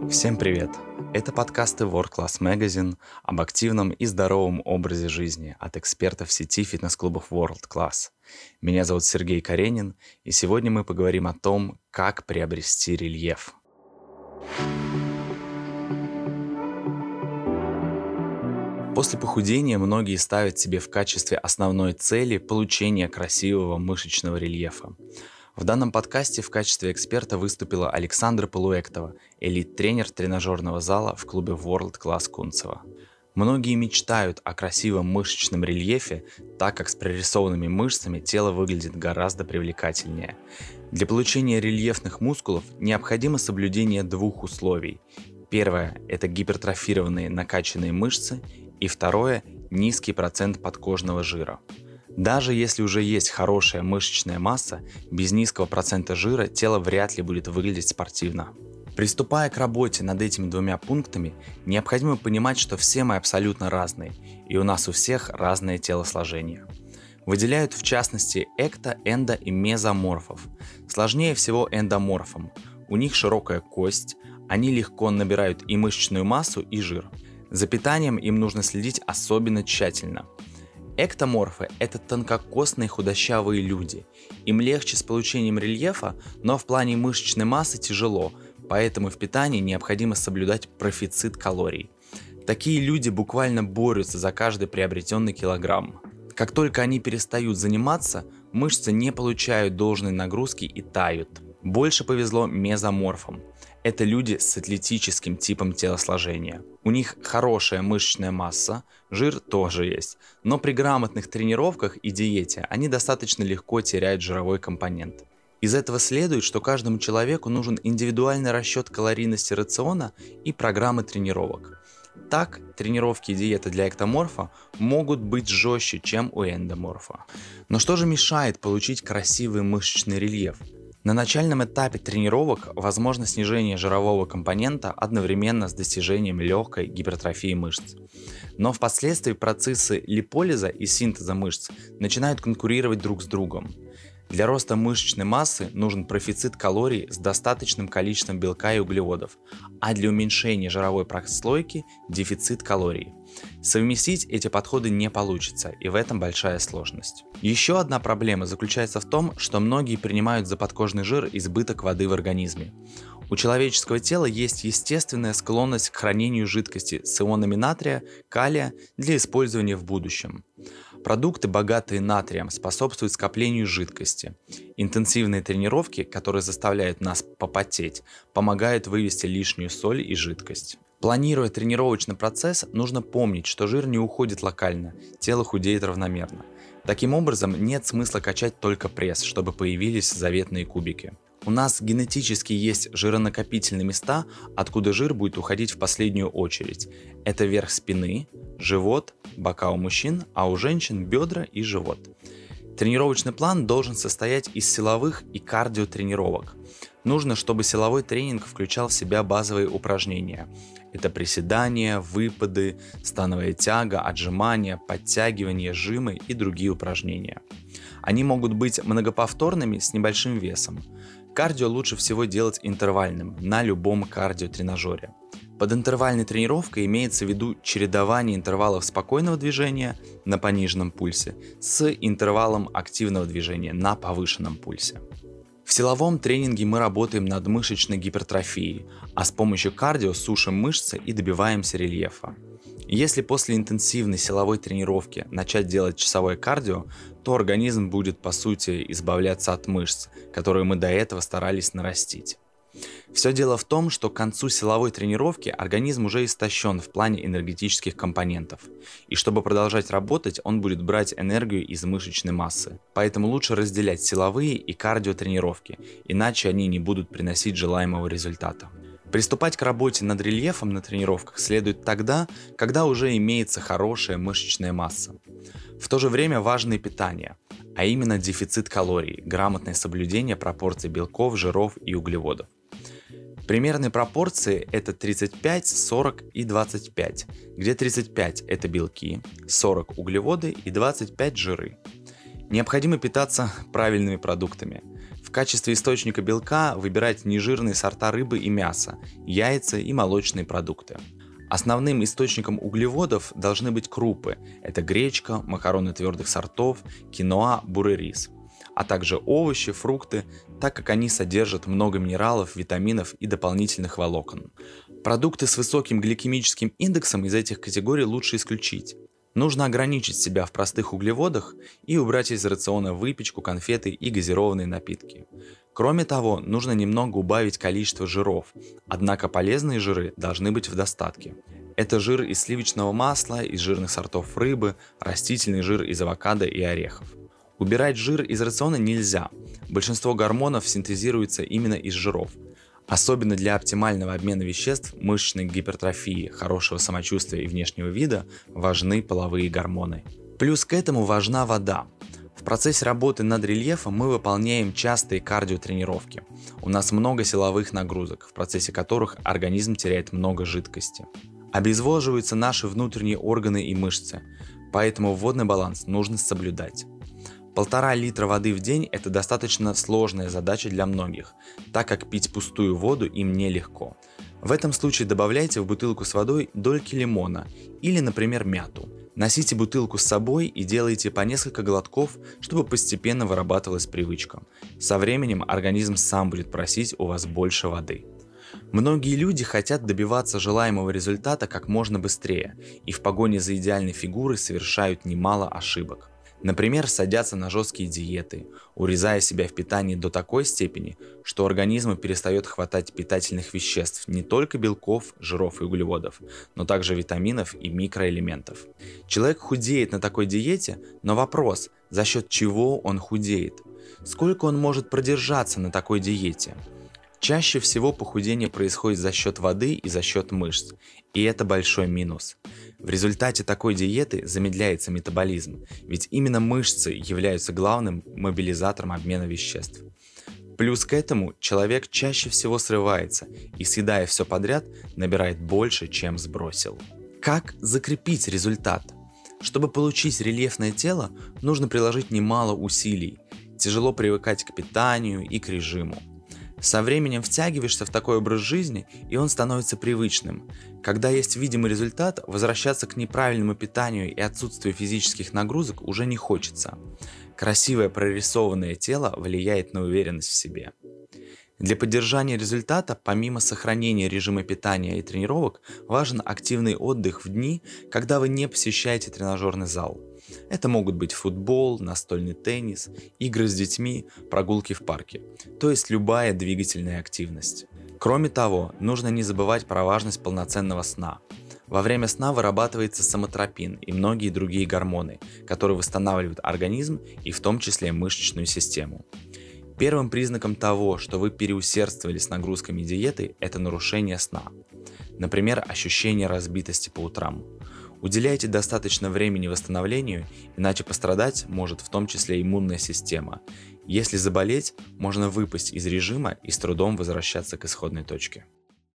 Всем привет! Это подкасты World Class Magazine об активном и здоровом образе жизни от экспертов сети фитнес-клубов World Class. Меня зовут Сергей Каренин, и сегодня мы поговорим о том, как приобрести рельеф. После похудения многие ставят себе в качестве основной цели получение красивого мышечного рельефа. В данном подкасте в качестве эксперта выступила Александра Полуэктова, элит-тренер тренажерного зала в клубе World Class Кунцево. Многие мечтают о красивом мышечном рельефе, так как с прорисованными мышцами тело выглядит гораздо привлекательнее. Для получения рельефных мускулов необходимо соблюдение двух условий. Первое – это гипертрофированные накачанные мышцы, и второе – низкий процент подкожного жира. Даже если уже есть хорошая мышечная масса, без низкого процента жира тело вряд ли будет выглядеть спортивно. Приступая к работе над этими двумя пунктами, необходимо понимать, что все мы абсолютно разные, и у нас у всех разное телосложение. Выделяют в частности экто-, эндо- и мезоморфов. Сложнее всего эндоморфам. У них широкая кость, они легко набирают и мышечную массу, и жир. За питанием им нужно следить особенно тщательно. Эктоморфы – это тонкокостные худощавые люди. Им легче с получением рельефа, но в плане мышечной массы тяжело, поэтому в питании необходимо соблюдать профицит калорий. Такие люди буквально борются за каждый приобретенный килограмм. Как только они перестают заниматься, мышцы не получают должной нагрузки и тают. Больше повезло мезоморфам. Это люди с атлетическим типом телосложения. У них хорошая мышечная масса, жир тоже есть, но при грамотных тренировках и диете они достаточно легко теряют жировой компонент. Из этого следует, что каждому человеку нужен индивидуальный расчет калорийности рациона и программы тренировок. Так, тренировки и диета для эктоморфа могут быть жестче, чем у эндоморфа. Но что же мешает получить красивый мышечный рельеф? На начальном этапе тренировок возможно снижение жирового компонента одновременно с достижением легкой гипертрофии мышц. Но впоследствии процессы липолиза и синтеза мышц начинают конкурировать друг с другом. Для роста мышечной массы нужен профицит калорий с достаточным количеством белка и углеводов, а для уменьшения жировой прослойки – дефицит калорий. Совместить эти подходы не получится, и в этом большая сложность. Еще одна проблема заключается в том, что многие принимают за подкожный жир избыток воды в организме. У человеческого тела есть естественная склонность к хранению жидкости с ионами натрия, калия для использования в будущем. Продукты, богатые натрием, способствуют скоплению жидкости. Интенсивные тренировки, которые заставляют нас попотеть, помогают вывести лишнюю соль и жидкость. Планируя тренировочный процесс, нужно помнить, что жир не уходит локально, тело худеет равномерно. Таким образом, нет смысла качать только пресс, чтобы появились заветные кубики. У нас генетически есть жиронакопительные места, откуда жир будет уходить в последнюю очередь. Это верх спины, живот, бока у мужчин, а у женщин бедра и живот. Тренировочный план должен состоять из силовых и кардиотренировок. Нужно, чтобы силовой тренинг включал в себя базовые упражнения. Это приседания, выпады, становая тяга, отжимания, подтягивания, жимы и другие упражнения. Они могут быть многоповторными с небольшим весом. Кардио лучше всего делать интервальным на любом кардиотренажере. Под интервальной тренировкой имеется в виду чередование интервалов спокойного движения на пониженном пульсе с интервалом активного движения на повышенном пульсе. В силовом тренинге мы работаем над мышечной гипертрофией, а с помощью кардио сушим мышцы и добиваемся рельефа. Если после интенсивной силовой тренировки начать делать часовое кардио, то организм будет по сути избавляться от мышц, которые мы до этого старались нарастить. Все дело в том, что к концу силовой тренировки организм уже истощен в плане энергетических компонентов, и чтобы продолжать работать, он будет брать энергию из мышечной массы. Поэтому лучше разделять силовые и кардиотренировки, иначе они не будут приносить желаемого результата. Приступать к работе над рельефом на тренировках следует тогда, когда уже имеется хорошая мышечная масса. В то же время важно и питание, а именно дефицит калорий, грамотное соблюдение пропорций белков, жиров и углеводов. Примерные пропорции это 35, 40 и 25, где 35 это белки, 40 углеводы и 25 жиры. Необходимо питаться правильными продуктами. В качестве источника белка выбирать нежирные сорта рыбы и мяса, яйца и молочные продукты. Основным источником углеводов должны быть крупы – это гречка, макароны твердых сортов, киноа, бурый рис, а также овощи, фрукты, так как они содержат много минералов, витаминов и дополнительных волокон. Продукты с высоким гликемическим индексом из этих категорий лучше исключить. Нужно ограничить себя в простых углеводах и убрать из рациона выпечку, конфеты и газированные напитки. Кроме того, нужно немного убавить количество жиров, однако полезные жиры должны быть в достатке. Это жир из сливочного масла, из жирных сортов рыбы, растительный жир из авокадо и орехов. Убирать жир из рациона нельзя. Большинство гормонов синтезируется именно из жиров. Особенно для оптимального обмена веществ, мышечной гипертрофии, хорошего самочувствия и внешнего вида важны половые гормоны. Плюс к этому важна вода. В процессе работы над рельефом мы выполняем частые кардиотренировки. У нас много силовых нагрузок, в процессе которых организм теряет много жидкости. Обезвоживаются наши внутренние органы и мышцы, поэтому водный баланс нужно соблюдать. 1,5 литра воды в день – это достаточно сложная задача для многих, так как пить пустую воду им нелегко. В этом случае добавляйте в бутылку с водой дольки лимона или, например, мяту. Носите бутылку с собой и делайте по несколько глотков, чтобы постепенно вырабатывалась привычка. Со временем организм сам будет просить у вас больше воды. Многие люди хотят добиваться желаемого результата как можно быстрее и в погоне за идеальной фигурой совершают немало ошибок. Например, садятся на жесткие диеты, урезая себя в питании до такой степени, что организму перестает хватать питательных веществ, не только белков, жиров и углеводов, но также витаминов и микроэлементов. Человек худеет на такой диете, но вопрос, за счет чего он худеет? Сколько он может продержаться на такой диете? Чаще всего похудение происходит за счет воды и за счет мышц, и это большой минус. В результате такой диеты замедляется метаболизм, ведь именно мышцы являются главным мобилизатором обмена веществ. Плюс к этому человек чаще всего срывается и, съедая все подряд, набирает больше, чем сбросил. Как закрепить результат? Чтобы получить рельефное тело, нужно приложить немало усилий. Тяжело привыкать к питанию и к режиму. Со временем втягиваешься в такой образ жизни, и он становится привычным. Когда есть видимый результат, возвращаться к неправильному питанию и отсутствию физических нагрузок уже не хочется. Красивое прорисованное тело влияет на уверенность в себе. Для поддержания результата, помимо сохранения режима питания и тренировок, важен активный отдых в дни, когда вы не посещаете тренажерный зал. Это могут быть футбол, настольный теннис, игры с детьми, прогулки в парке, то есть любая двигательная активность. Кроме того, нужно не забывать про важность полноценного сна. Во время сна вырабатывается соматропин и многие другие гормоны, которые восстанавливают организм и в том числе мышечную систему. Первым признаком того, что вы переусердствовали с нагрузками диеты, это нарушение сна. Например, ощущение разбитости по утрам. Уделяйте достаточно времени восстановлению, иначе пострадать может в том числе иммунная система. Если заболеть, можно выпасть из режима и с трудом возвращаться к исходной точке.